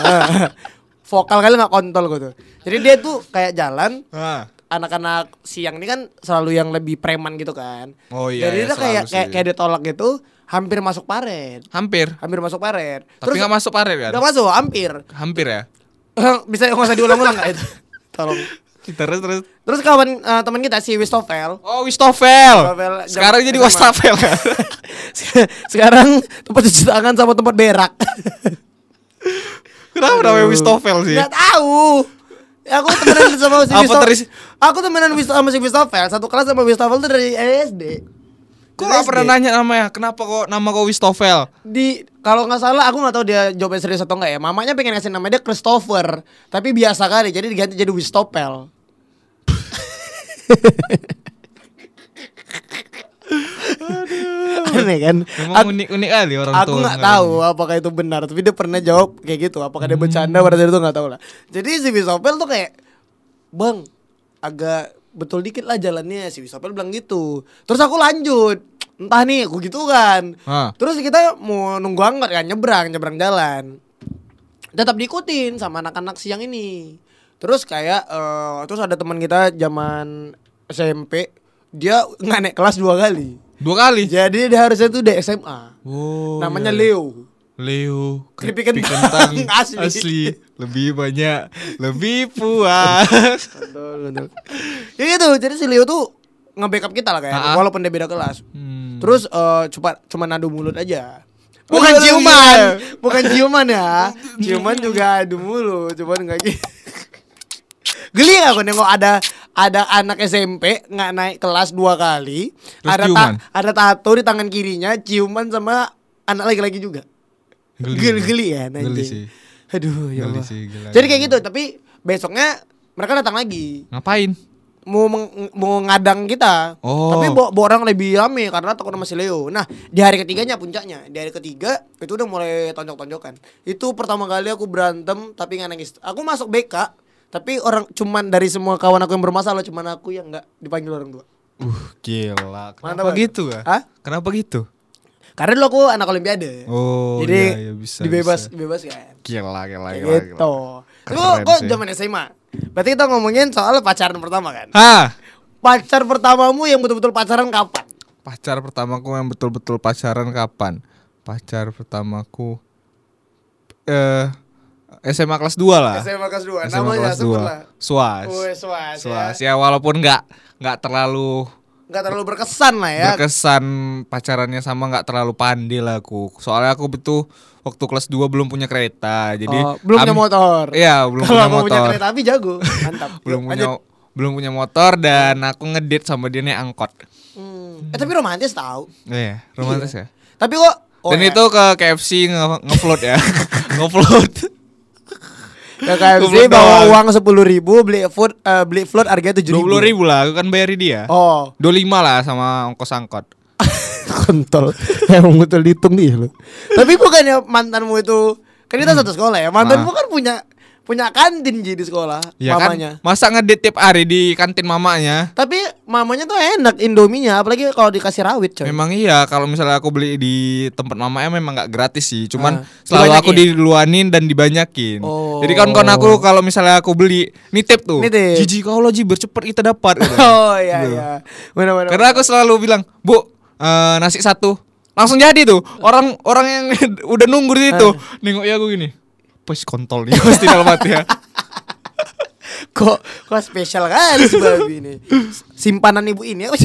Vokal kali nggak kontol gue tuh. Jadi dia tuh kayak jalan. Ah. Anak-anak siang ini kan selalu yang lebih preman gitu kan. Oh iya, Jadi iya, dia kayak selalu kayak sih. kayak ditolak gitu, hampir masuk paret. Hampir. Hampir masuk paret. Tapi nggak masuk paret kan? Nggak masuk, hampir. Hampir ya. Bisa nggak usah diulang-ulang nggak itu? Tolong. Terus terus. Terus kawan eh, teman kita si Wistofel. Oh, Wistofel. Wistofel, jam- Sekarang jadi S M A. Wastafel kan? Sekarang tempat cuci tangan sama tempat berak. Kenapa namanya Wistofel sih? Nggak tahu. Aku temenan sama si Apa Wistofel. terisi- Aku temenan Wist- sama si Wistofel. Satu kelas sama Wistofel tuh dari S D. Kok Dari gak S D. pernah nanya namanya? Kenapa kok nama kau Wistofel? Di kalau nggak salah aku nggak tahu dia jawabnya serius atau enggak ya. Mamanya pengen ngasih nama dia Christopher, tapi biasa kali jadi diganti jadi Wistopel. Aneh kan? Memang unik-unik kali orang tua. Aku nggak sekarang tahu ini. apakah itu benar, tapi dia pernah jawab kayak gitu. Apakah dia bercanda pada saat itu nggak tahu lah. Jadi si Wisopel tuh kayak, bang, agak betul dikit lah jalannya. Si Wisopel bilang gitu. Terus aku lanjut, entah nih, aku gitu kan. Ah. Terus kita mau nunggu angkot kan, nyebrang, nyebrang jalan. tetap diikutin sama anak-anak siang ini. Terus kayak uh, terus ada teman kita zaman S M P, dia nggak naik kelas dua kali. Dua kali. Jadi dia harusnya tuh di S M A. Oh, namanya iya. Leo. Leo Keripik keripik kentang. kentang Asli. asli. Lebih banyak, lebih puas. Betul, betul. Ya gitu, jadi si Leo tuh nge-backup kita lah kayak Ha-ha. walaupun dia beda kelas. Hmm. Terus uh, cuma cuma nadu mulut aja. Oh, Bukan iya, ciuman, iya. bukan ciuman ya. Ciuman juga adu mulut, cuman enggak gitu. Geli aku nengok ada ada anak S M P nggak naik kelas dua kali, Terus ada ciuman? ada tato di tangan kirinya, ciuman sama anak laki-laki juga. Geli. Geli, geli ya, Geli anjing. sih. Aduh, ya Geli Allah. sih, gila, Jadi kayak gila. gitu, tapi besoknya mereka datang lagi. Ngapain? Mau meng- mau ngadang kita. Oh. Tapi bawa, bawa orang lebih rame karena takut sama si Leo. Nah, di hari ketiganya puncaknya. Di hari ketiga itu udah mulai tonjok-tonjokan. Itu pertama kali aku berantem tapi nggak nangis. Aku masuk B K, tapi orang cuman dari semua kawan aku yang bermasalah cuman aku yang nggak dipanggil orang tua. Uh, gila. Kenapa Mantap, gitu ya? Hah? Kenapa gitu? Karena dulu aku anak olimpiade. Oh, Jadi iya, iya, bisa, dibebas bisa. dibebas kan. Gila, gila, Kayak gila. gitu. gila. Tapi Keren kok sih. zaman S M A. Berarti kita ngomongin soal pacaran pertama kan? Hah? Pacar pertamamu yang betul-betul pacaran kapan? Pacar pertamaku yang betul-betul pacaran kapan? Pacar pertamaku eh S M A kelas dua lah. S M A kelas dua. S M A Namanya kelas sebut dua. lah. Suas. Wih, Suas, Suas. ya. Ya walaupun nggak nggak terlalu Nggak terlalu berkesan lah ya. berkesan pacarannya sama nggak terlalu pandai lah aku. Soalnya aku betul waktu kelas dua belum punya kereta. Jadi Oh, belum punya am- motor. Iya, belum Kalau punya aku punya motor. kereta api jago. Mantap. belum Yuk, punya lanjut. belum punya motor dan aku ngedate sama dia naik angkot. Hmm. Eh tapi romantis tahu. Iya, romantis ya. Tapi kok oh Dan ya, itu ke K F C nge- ngefloat ya. Ngefloat. ke K F C Goblok bawa doang. uang sepuluh ribu beli food eh, beli float harganya tujuh dua ribu. puluh ribu lah, aku kan bayari dia. Oh, dua puluh lima lah sama ongkos angkot. kontol. Emang betul dihitung dia lo. Tapi bukannya mantanmu itu kan kita satu sekolah ya. Mantanmu Ah. kan punya punya kantin Ji di sekolah, Ya mamanya. kan, masa ngedate tiap hari di kantin mamanya? Tapi mamanya tuh enak Indominya, apalagi kalau dikasih rawit coy. Memang iya, kalau misalnya aku beli di tempat mamanya memang nggak gratis sih, cuman Ah, selalu aku dibanyakin? diluanin dan dibanyakin. Oh. Jadi kawan-kawan aku kalau misalnya aku beli nitip tuh, Nitip. Jiji kau lo Ji bercepat kita dapat. gitu. Oh iya Gitu. iya. Benar-benar. Karena aku selalu bilang, Bu, eh, nasi satu, langsung jadi tuh. Orang orang yang udah nunggu di situ, nengok ya aku gini, pes kontol nih pasti dalam hati ya. kok kok spesial kali si babi ini. Simpanan ibu ini ya.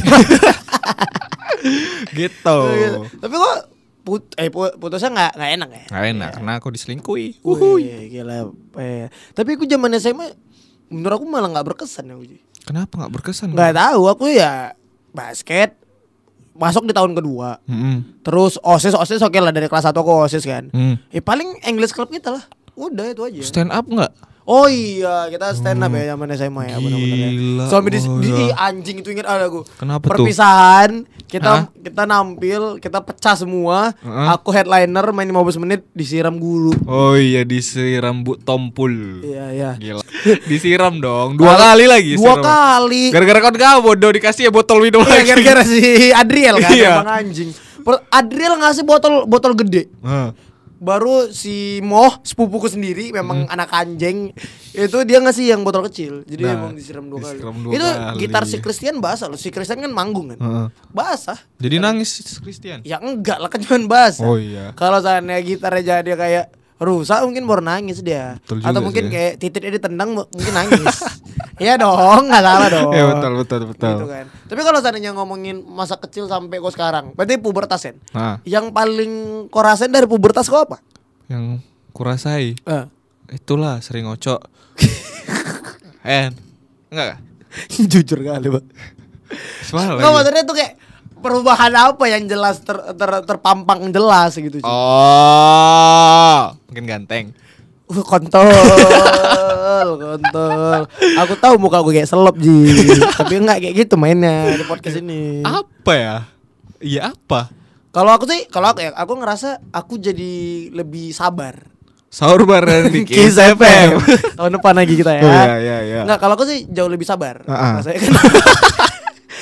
Gitu. Tapi kok put eh pu- putusnya nggak nggak enak ya? Nggak enak karena aku diselingkuhi. Wih, gila. Eh, tapi aku zaman S M A menurut aku malah nggak berkesan ya. Uji. Kenapa nggak berkesan? Nggak tahu, aku ya basket masuk di tahun kedua. Mm-mm. Terus OSIS OSIS oke lah dari kelas satu aku OSIS kan. Hmm. Eh paling English club kita lah. Udah itu aja. Stand up nggak? Oh iya, kita stand up ya zaman S M A ya benar-benar ya. Gila, Sampai di, oh di ya. ih, anjing itu ingat ada aku. Kenapa tuh? Perpisahan, kita Hah? kita nampil, kita pecah semua. Heeh. Aku headliner main lima belas menit disiram guru. Oh iya disiram bu tompul. Iya iya. Gila. Disiram dong. Dua kali lagi. Dua siram. kali. Gara-gara kau gak bodoh dikasih ya botol minum Iya, lagi. gara-gara si Adriel kan Iya. emang anjing. Per- Adriel ngasih botol botol gede. Hah. Baru si Moh sepupuku sendiri memang anak anjing itu dia ngasih yang botol kecil. Jadi Nah, emang disiram dua kali. disiram dua Itu kali. gitar si Christian basah loh. Si Christian kan manggung kan. Heeh. Basah. Jadi nangis Christian. Ya enggak lah kan cuma basah. Oh iya. Kalau seandainya gitarnya jadi kayak rusak mungkin baru nangis dia. Betul juga Atau mungkin sih ya. kayak titiknya ditendang mu- mungkin nangis. Iya dong, nggak salah dong. Iya betul betul betul. Gitu kan. Tapi kalau seandainya ngomongin masa kecil sampai kok sekarang, berarti pubertas kan? Nah, Yang paling kau rasain dari pubertas kau apa? yang kurasai Eh. itulah sering ngocok. En. Enggak. Jujur kali, Pak. Semalam Enggak maksudnya tuh kayak perubahan apa yang jelas ter, ter- terpampang jelas gitu. cuy. Oh, mungkin ganteng. Uh, kontol, kontol. Aku tahu muka gue kayak selop Ji, tapi enggak kayak gitu mainnya di podcast ini. Apa ya? Iya apa? Kalau aku sih, kalau aku ya, aku ngerasa aku jadi lebih sabar. Sahur bareng di Kiss Kiss F M. Tahun depan lagi kita ya. Oh iya iya iya. Enggak, kalau aku sih jauh lebih sabar. Ah, ah. Rasanya kan.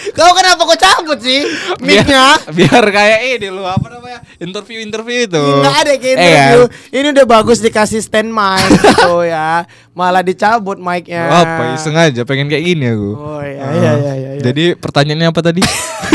Kau kenapa kau cabut sih biar, mic-nya? biar kayak ini lu apa namanya interview-interview itu. Nggak ada kayak Eh, interview. kan? Ini udah bagus dikasih stand mic gitu ya. Malah dicabut mic-nya. Apa sengaja pengen kayak gini aku. Oh iya iya iya iya. iya. Jadi pertanyaannya apa tadi?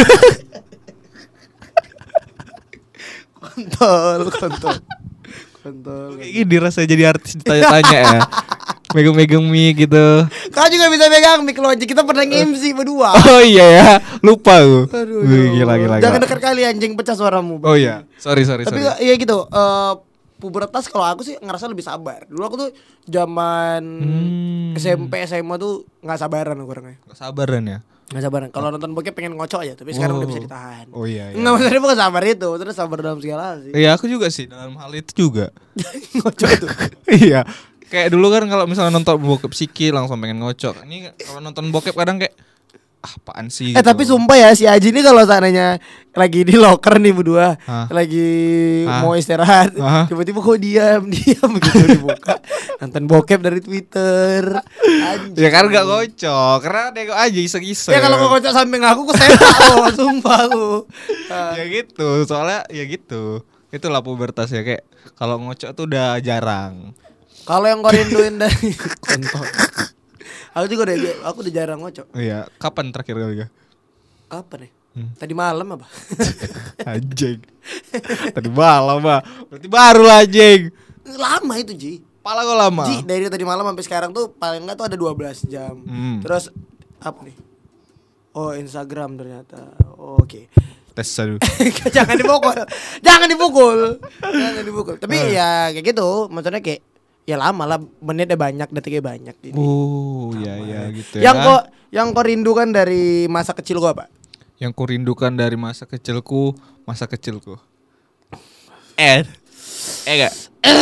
kontol kontol. Kontol. Kayak gini rasanya jadi artis ditanya-tanya ya. Megang-megang mic gitu. Kau juga bisa pegang mic lo aja. Kita pernah nge-M C berdua. Oh iya ya, lupa aku. Aduh, Wih, gila, gila, jangan gila. dekat kali anjing, pecah suaramu. Oh iya, sorry sorry Tapi sorry. iya gitu. eh pubertas kalau aku sih ngerasa lebih sabar. Dulu aku tuh zaman Hmm. S M P S M A tuh nggak sabaran aku orangnya. Gak sabaran ya? Nggak sabaran. Kalau nonton bokep pengen ngocok aja. Tapi sekarang Oh. udah bisa ditahan. Oh iya, iya. Nggak maksudnya bukan sabar itu. Terus sabar dalam segala hal sih. Iya aku juga sih dalam hal itu juga. Ngocok itu. Iya. Kayak dulu kan kalau misalnya nonton bokep psiki langsung pengen ngocok. Ini kalau nonton bokep kadang kayak ah, apaan sih? Eh gitu. tapi sumpah ya si Aji ini kalau seandainya lagi di locker nih berdua, Hah? lagi Hah? mau istirahat, Hah? tiba-tiba kok diam diam begitu dibuka nonton bokep dari Twitter. Anjing. Ya kan gak ngocok, karena nengok aja iseng-iseng. Ya kalau kau kocok samping aku, aku sepak loh, sumpah aku. Ah. Ya gitu, soalnya ya gitu. Itulah pubertas ya kayak kalau ngocok tuh udah jarang. Kalau yang kau rinduin dari kontol. Aku juga udah aku udah jarang ngocok. Iya, kapan terakhir kali ya? Apa nih? Hmm. Tadi malam apa? Anjing. Tadi malam mah. Berarti baru lah anjing. Lama itu Ji. Pala kok lama. Ji dari tadi malam sampai sekarang tuh paling enggak tuh ada dua belas jam. Hmm. Terus apa nih? Oh Instagram ternyata. Oh, Oke. Tes aduh. Jangan dipukul. Jangan dipukul. Jangan dipukul. Tapi ya kayak gitu, maksudnya kayak ya lama lah, menitnya banyak, detiknya banyak. Jadi, Oh, iya iya gitu ya. yang kok yang kau rindukan dari masa kecil gua apa? Yang kurindukan dari masa kecilku, masa kecilku. En. Eh enggak?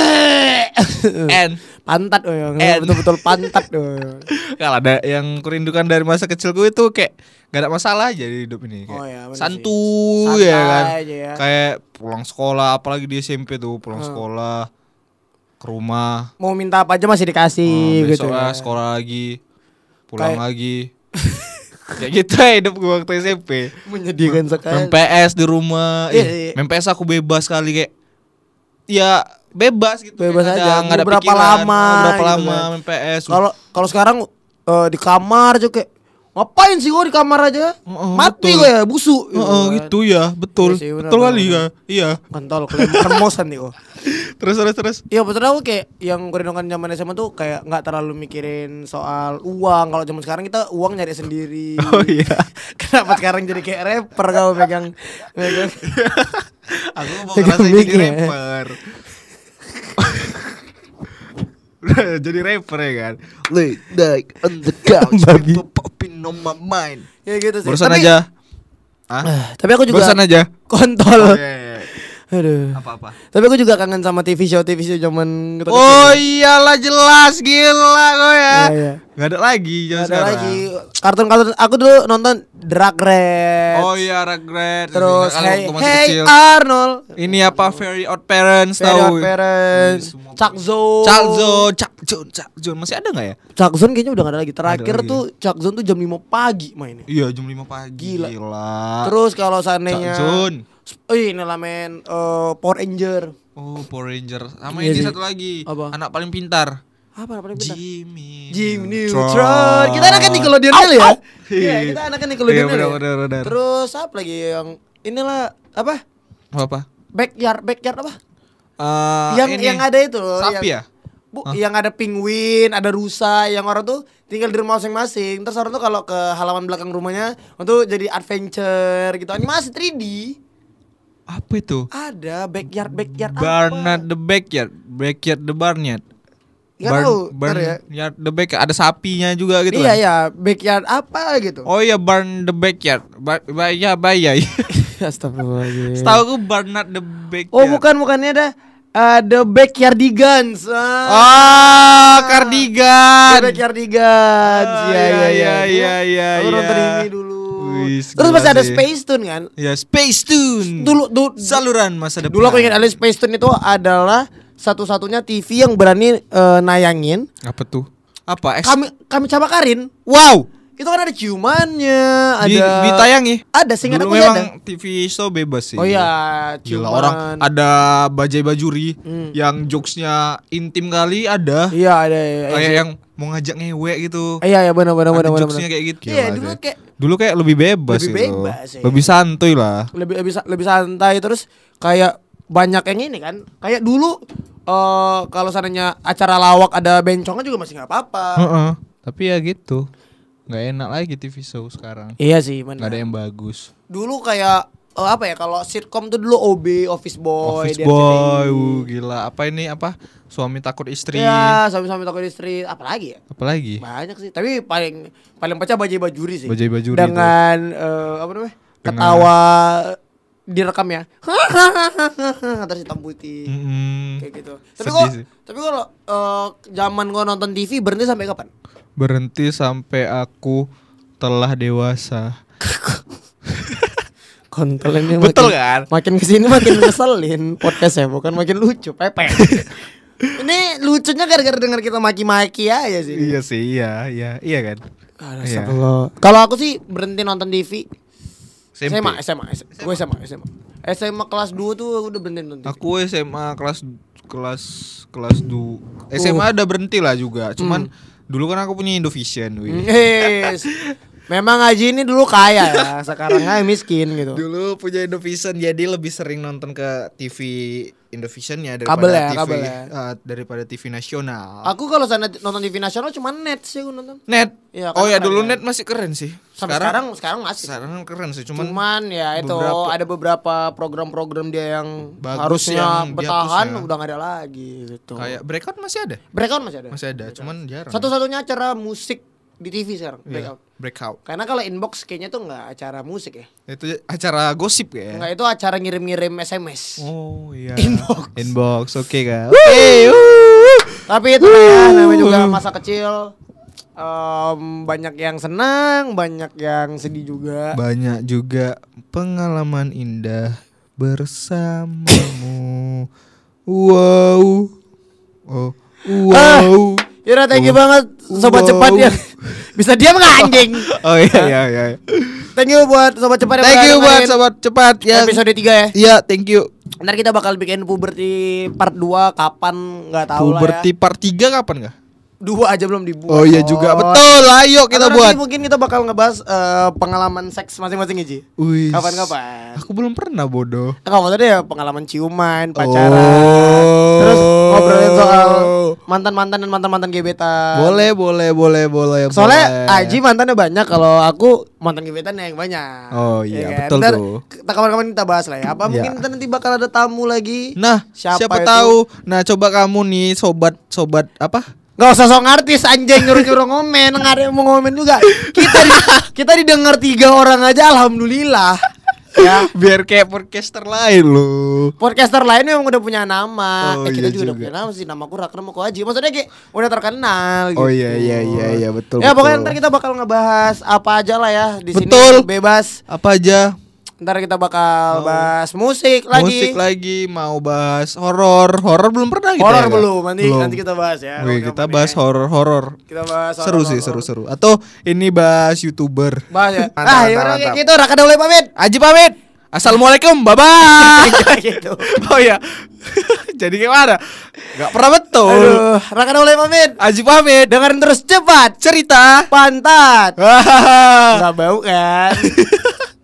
En. Pantat oh, yang En. betul-betul pantat oh. Kalau ada yang kurindukan dari masa kecilku itu kayak gak ada masalah aja di hidup ini kayak Oh ya, bener sih. santuy ya Santai kan. aja ya. Kayak pulang sekolah apalagi di S M P tuh, pulang Hmm. sekolah ke rumah. Mau minta apa aja masih dikasih Oh, gitu. besok Ya. ah, sekolah lagi, pulang Kayak- lagi. Kayak gitu ya hidup gue waktu S M P. Menyedihkan sekali. Main P S di rumah. Iya, Ih, iya. main P S aku bebas kali kayak ya bebas gitu. Bebas kayak aja, nggak ada- nggak ada mau berapa pikiran, lama mau berapa gitu lama kan. main P S. Kalau kalau sekarang eh, di kamar aja kayak ngapain sih gua di kamar aja? Oh, Mati betul. gua ya, busuk. Heeh, kan. gitu ya, betul. Iya sih, benar, betul benar, kali benar. ya. Iya. Kontol, kalian hermosan nih gua. Terus terus terus. Iya betul, aku kayak yang kurindukan zaman S M A tuh kayak nggak terlalu mikirin soal uang. Kalau zaman sekarang kita uang nyari sendiri. Oh iya. Kenapa sekarang jadi kayak rapper kau megang megang Aku mau Pegang ngerasain jadi mic-nya. rapper. Udah jadi rapper ya kan. Late night on the couch, Babi. people popping on my mind. ya gitu sih. Barusan Tapi- aja. Hah? Ah, tapi aku juga Barusan aja. kontol. Oh, iya, iya. Aduh. Apa-apa? Tapi aku juga kangen sama T V show T V show zaman kita Oh kecil. iyalah jelas gila kok ya. Iya, iya. Gak ada lagi zaman Nggak ada sekarang. lagi kartun-kartun. Aku dulu nonton Drag Race. Oh iya Regret. Terus Kalau Hey, waktu masih hey kecil. Arnold. Ini apa Very Odd Parents Very tahu? Odd Parents. Ini semua- Chuck Zone. Chuck Zone, Chuck Zone, Chuck Zone masih ada nggak ya? Chuck Zone kayaknya udah gak ada lagi. Terakhir lagi. tuh Chuck Zone tuh jam lima pagi mainnya. Iya jam lima pagi. Gila. Gila. Terus kalau Chuck seandainya Zone. Oh ini lah men eh, Power Ranger. Oh Power Ranger. Sama Iya ini sih. satu lagi. Apa? Anak paling pintar. Apa paling benar? Jimmy. Jim Neutron. Kita anak kan Nickelodeon Au, dulu ya. au. Iya, kita anak kan Nickelodeon Iya, dulu benar, ya. benar, benar. Terus apa lagi yang inilah apa? Apa? Backyard, backyard apa? Eh, yang ini. yang ada itu loh. Sapi yang, ya? Bu, Hah? yang ada penguin, ada rusa, yang orang tuh tinggal di rumah masing-masing. Terus orang tuh kalau ke halaman belakang rumahnya untuk jadi adventure gitu. Animasi tiga D. Apa itu? Ada backyard, backyard Barnyard apa? the Backyard, Backyard the Barnyard. Gak tahu, ntar ya. Barnyard the Backyard, ada sapinya juga gitu Iya kan? iya, backyard apa gitu. Oh iya Barn the Backyard, ba Baya Baya. Astagfirullahaladzim. Setahu aku Barnard the Backyard. Oh bukan, bukannya ada uh, The Backyardigans. Ah. Ah, The Cardigan. Backyardigans. Ah, Iya iya iya. iya, iya, Aku nonton iya. ini dulu. Wih, Terus gila masih ada sih. Space Tune kan? Ya Space Tune. Dulu dulu saluran masa depan. Dulu aku ingat ada Space Tune itu adalah satu-satunya T V yang berani eh, nayangin Apa tuh? Apa? Ex- kami kami cabakarin. wow. Itu kan ada ciumannya, ada Di, ditayangi. Ada seingat Dulu aku memang ada. T V show bebas sih. Oh iya, Gila, ciuman. orang ada Bajai Bajuri Hmm. yang jokesnya intim kali ada. Iya, ada ya. Kayak yang mau ngajak ngewek gitu. Iya, iya benar benar Ada benar benar. jokesnya kayak gitu. Iya, Gila dulu deh. kayak Dulu kayak lebih bebas Lebih gitu. bebas, ya. Lebih santuy lah. lebih lebih sa- lebih santai, terus kayak banyak yang ini kan. Kayak dulu eh kalau seandainya acara lawak ada bencongnya juga masih nggak apa-apa. Heeh. Tapi ya gitu. Nggak enak lagi T V show sekarang. Iya sih, Nggak benar. ada yang bagus. Dulu kayak eh, apa ya, kalau sitkom tuh dulu O B, Office Boy, Office di R C T I. Boy, uh, gila. Apa ini apa? Suami takut istri. Iya, suami-suami takut istri, apalagi ya? Apalagi? Banyak sih, tapi paling paling pecah Bajai Bajuri sih. Bajai Bajuri dengan eh, apa namanya? Dengan- Ketawa direkam ya. Terus hitam putih. Mm-mm. Kayak gitu. Tapi Sedih kok sih. tapi kalau eh, zaman gua nonton T V berhenti sampai kapan? Berhenti sampai aku telah dewasa. Kontelannya Betul makin, kan? Makin kesini makin ngeselin podcastnya, bukan makin lucu, pepe. Ini lucunya gara-gara dengar kita maki-maki aja sih. Iya sih, iya, iya, iya kan. Aduh, Iya. astagfirullah. Kalau aku sih berhenti nonton T V S M P. S M A, S M A, gue S M A, S M A. S M A kelas dua tuh aku udah berhenti nonton T V. Aku S M A kelas kelas kelas dua. S M A ada berhenti lah juga. Cuman dulu kan aku punya Indovision, wih. Yes. Memang Haji ini dulu kaya ya, sekarang aja miskin gitu. Dulu punya Indovision, jadi lebih sering nonton ke T V Indovisionnya daripada Kabel ya, T V kabel ya. eh, daripada T V nasional. Aku kalau sana nonton T V nasional cuma net sih aku nonton. Net. Iya, Oh karena ya dulu keren. net masih keren sih. Sampai sekarang sekarang masih. sekarang keren sih, cuman, Cuman, ya itu beberapa- ada beberapa program-program dia yang Bagus harusnya yang bertahan dihapusnya. udah gak ada lagi gitu. kayak Breakout masih ada. Breakout masih ada. Masih ada, cuman jarang. Satu-satunya acara musik di T V sekarang Iya, Breakout. Breakout. Karena kalau inbox kayaknya tuh nggak acara musik ya. Itu acara gosip ya. Nggak, itu acara ngirim-ngirim S M S. Oh iya. Inbox. Inbox, oke kak. Oke. Tapi itu ya namanya juga masa kecil. Em, banyak yang senang, banyak yang sedih juga. Banyak juga pengalaman indah bersamamu. Wow. Oh. Wow. Yaudah, thank you banget sobat Wow. cepat ya. Bisa diam nggak anjing? Oh iya iya iya. Thank you buat sobat cepat yang Thank udah you buat dengerin sobat cepat yang episode tiga ya. Iya, thank you. Ntar kita bakal bikin puberti part dua kapan nggak tahu lah Puberti ya. part tiga kapan gak? Dua aja belum dibuat. Oh iya juga, Bos. betul. Ayo kita Atau buat. nanti mungkin kita bakal ngebahas eh, pengalaman seks masing-masing Ji. Wih. Kapan-kapan. Aku belum pernah bodoh. Kamu tadi ya pengalaman ciuman, pacaran, Oh. terus ngobrolin soal mantan-mantan dan mantan-mantan gebetan. Boleh, boleh, boleh, boleh. Soalnya boleh. Aji mantannya banyak, kalau aku mantan gebetan yang banyak. Oh iya, Ya kan? betul Ntar tuh. kita kapan-kapan kita bahas lah ya. Apa Iya. mungkin ntar nanti bakal ada tamu lagi? Nah, Siapa siapa, itu? tahu. Nah, coba kamu nih sobat-sobat apa? Gak usah sok artis anjing nyuruh-nyuruh ngomen, nggak ada yang mau ngomen juga. Kita di, kita didengar tiga orang aja, alhamdulillah. Ya, Biar kayak podcaster lain loh. podcaster lain memang udah punya nama. Oh, eh, kita iya juga, udah juga. punya nama sih, namaku Rakna Moko Aji. Maksudnya kayak udah terkenal gitu. Oh iya iya iya iya betul. Ya pokoknya betul. ntar kita bakal ngebahas apa aja lah ya di sini. Betul. Bebas. Apa aja? Ntar kita bakal Mau bahas musik lagi. Musik lagi, mau bahas horor. Horor belum pernah kita. Horor ya, Kak? belum, nanti Belum. nanti kita bahas ya. Wih, Kapan-kapan kita ya. bahas horor-horor. Kita bahas Seru horor-horor. sih, seru-seru. Atau ini bahas YouTuber. Bahas ya. Mantap, ah, mantap, yaudah kayak mantap. gitu. Raka Daulay pamit. Aji pamit. Assalamualaikum, bye bye. Kayak gitu. Oh ya. Jadi gimana? Gak pernah betul. Aduh, Raka Daulay pamit. Aji pamit. Dengerin terus cepat Cerita. pantat. Hahaha. Enggak bau kan?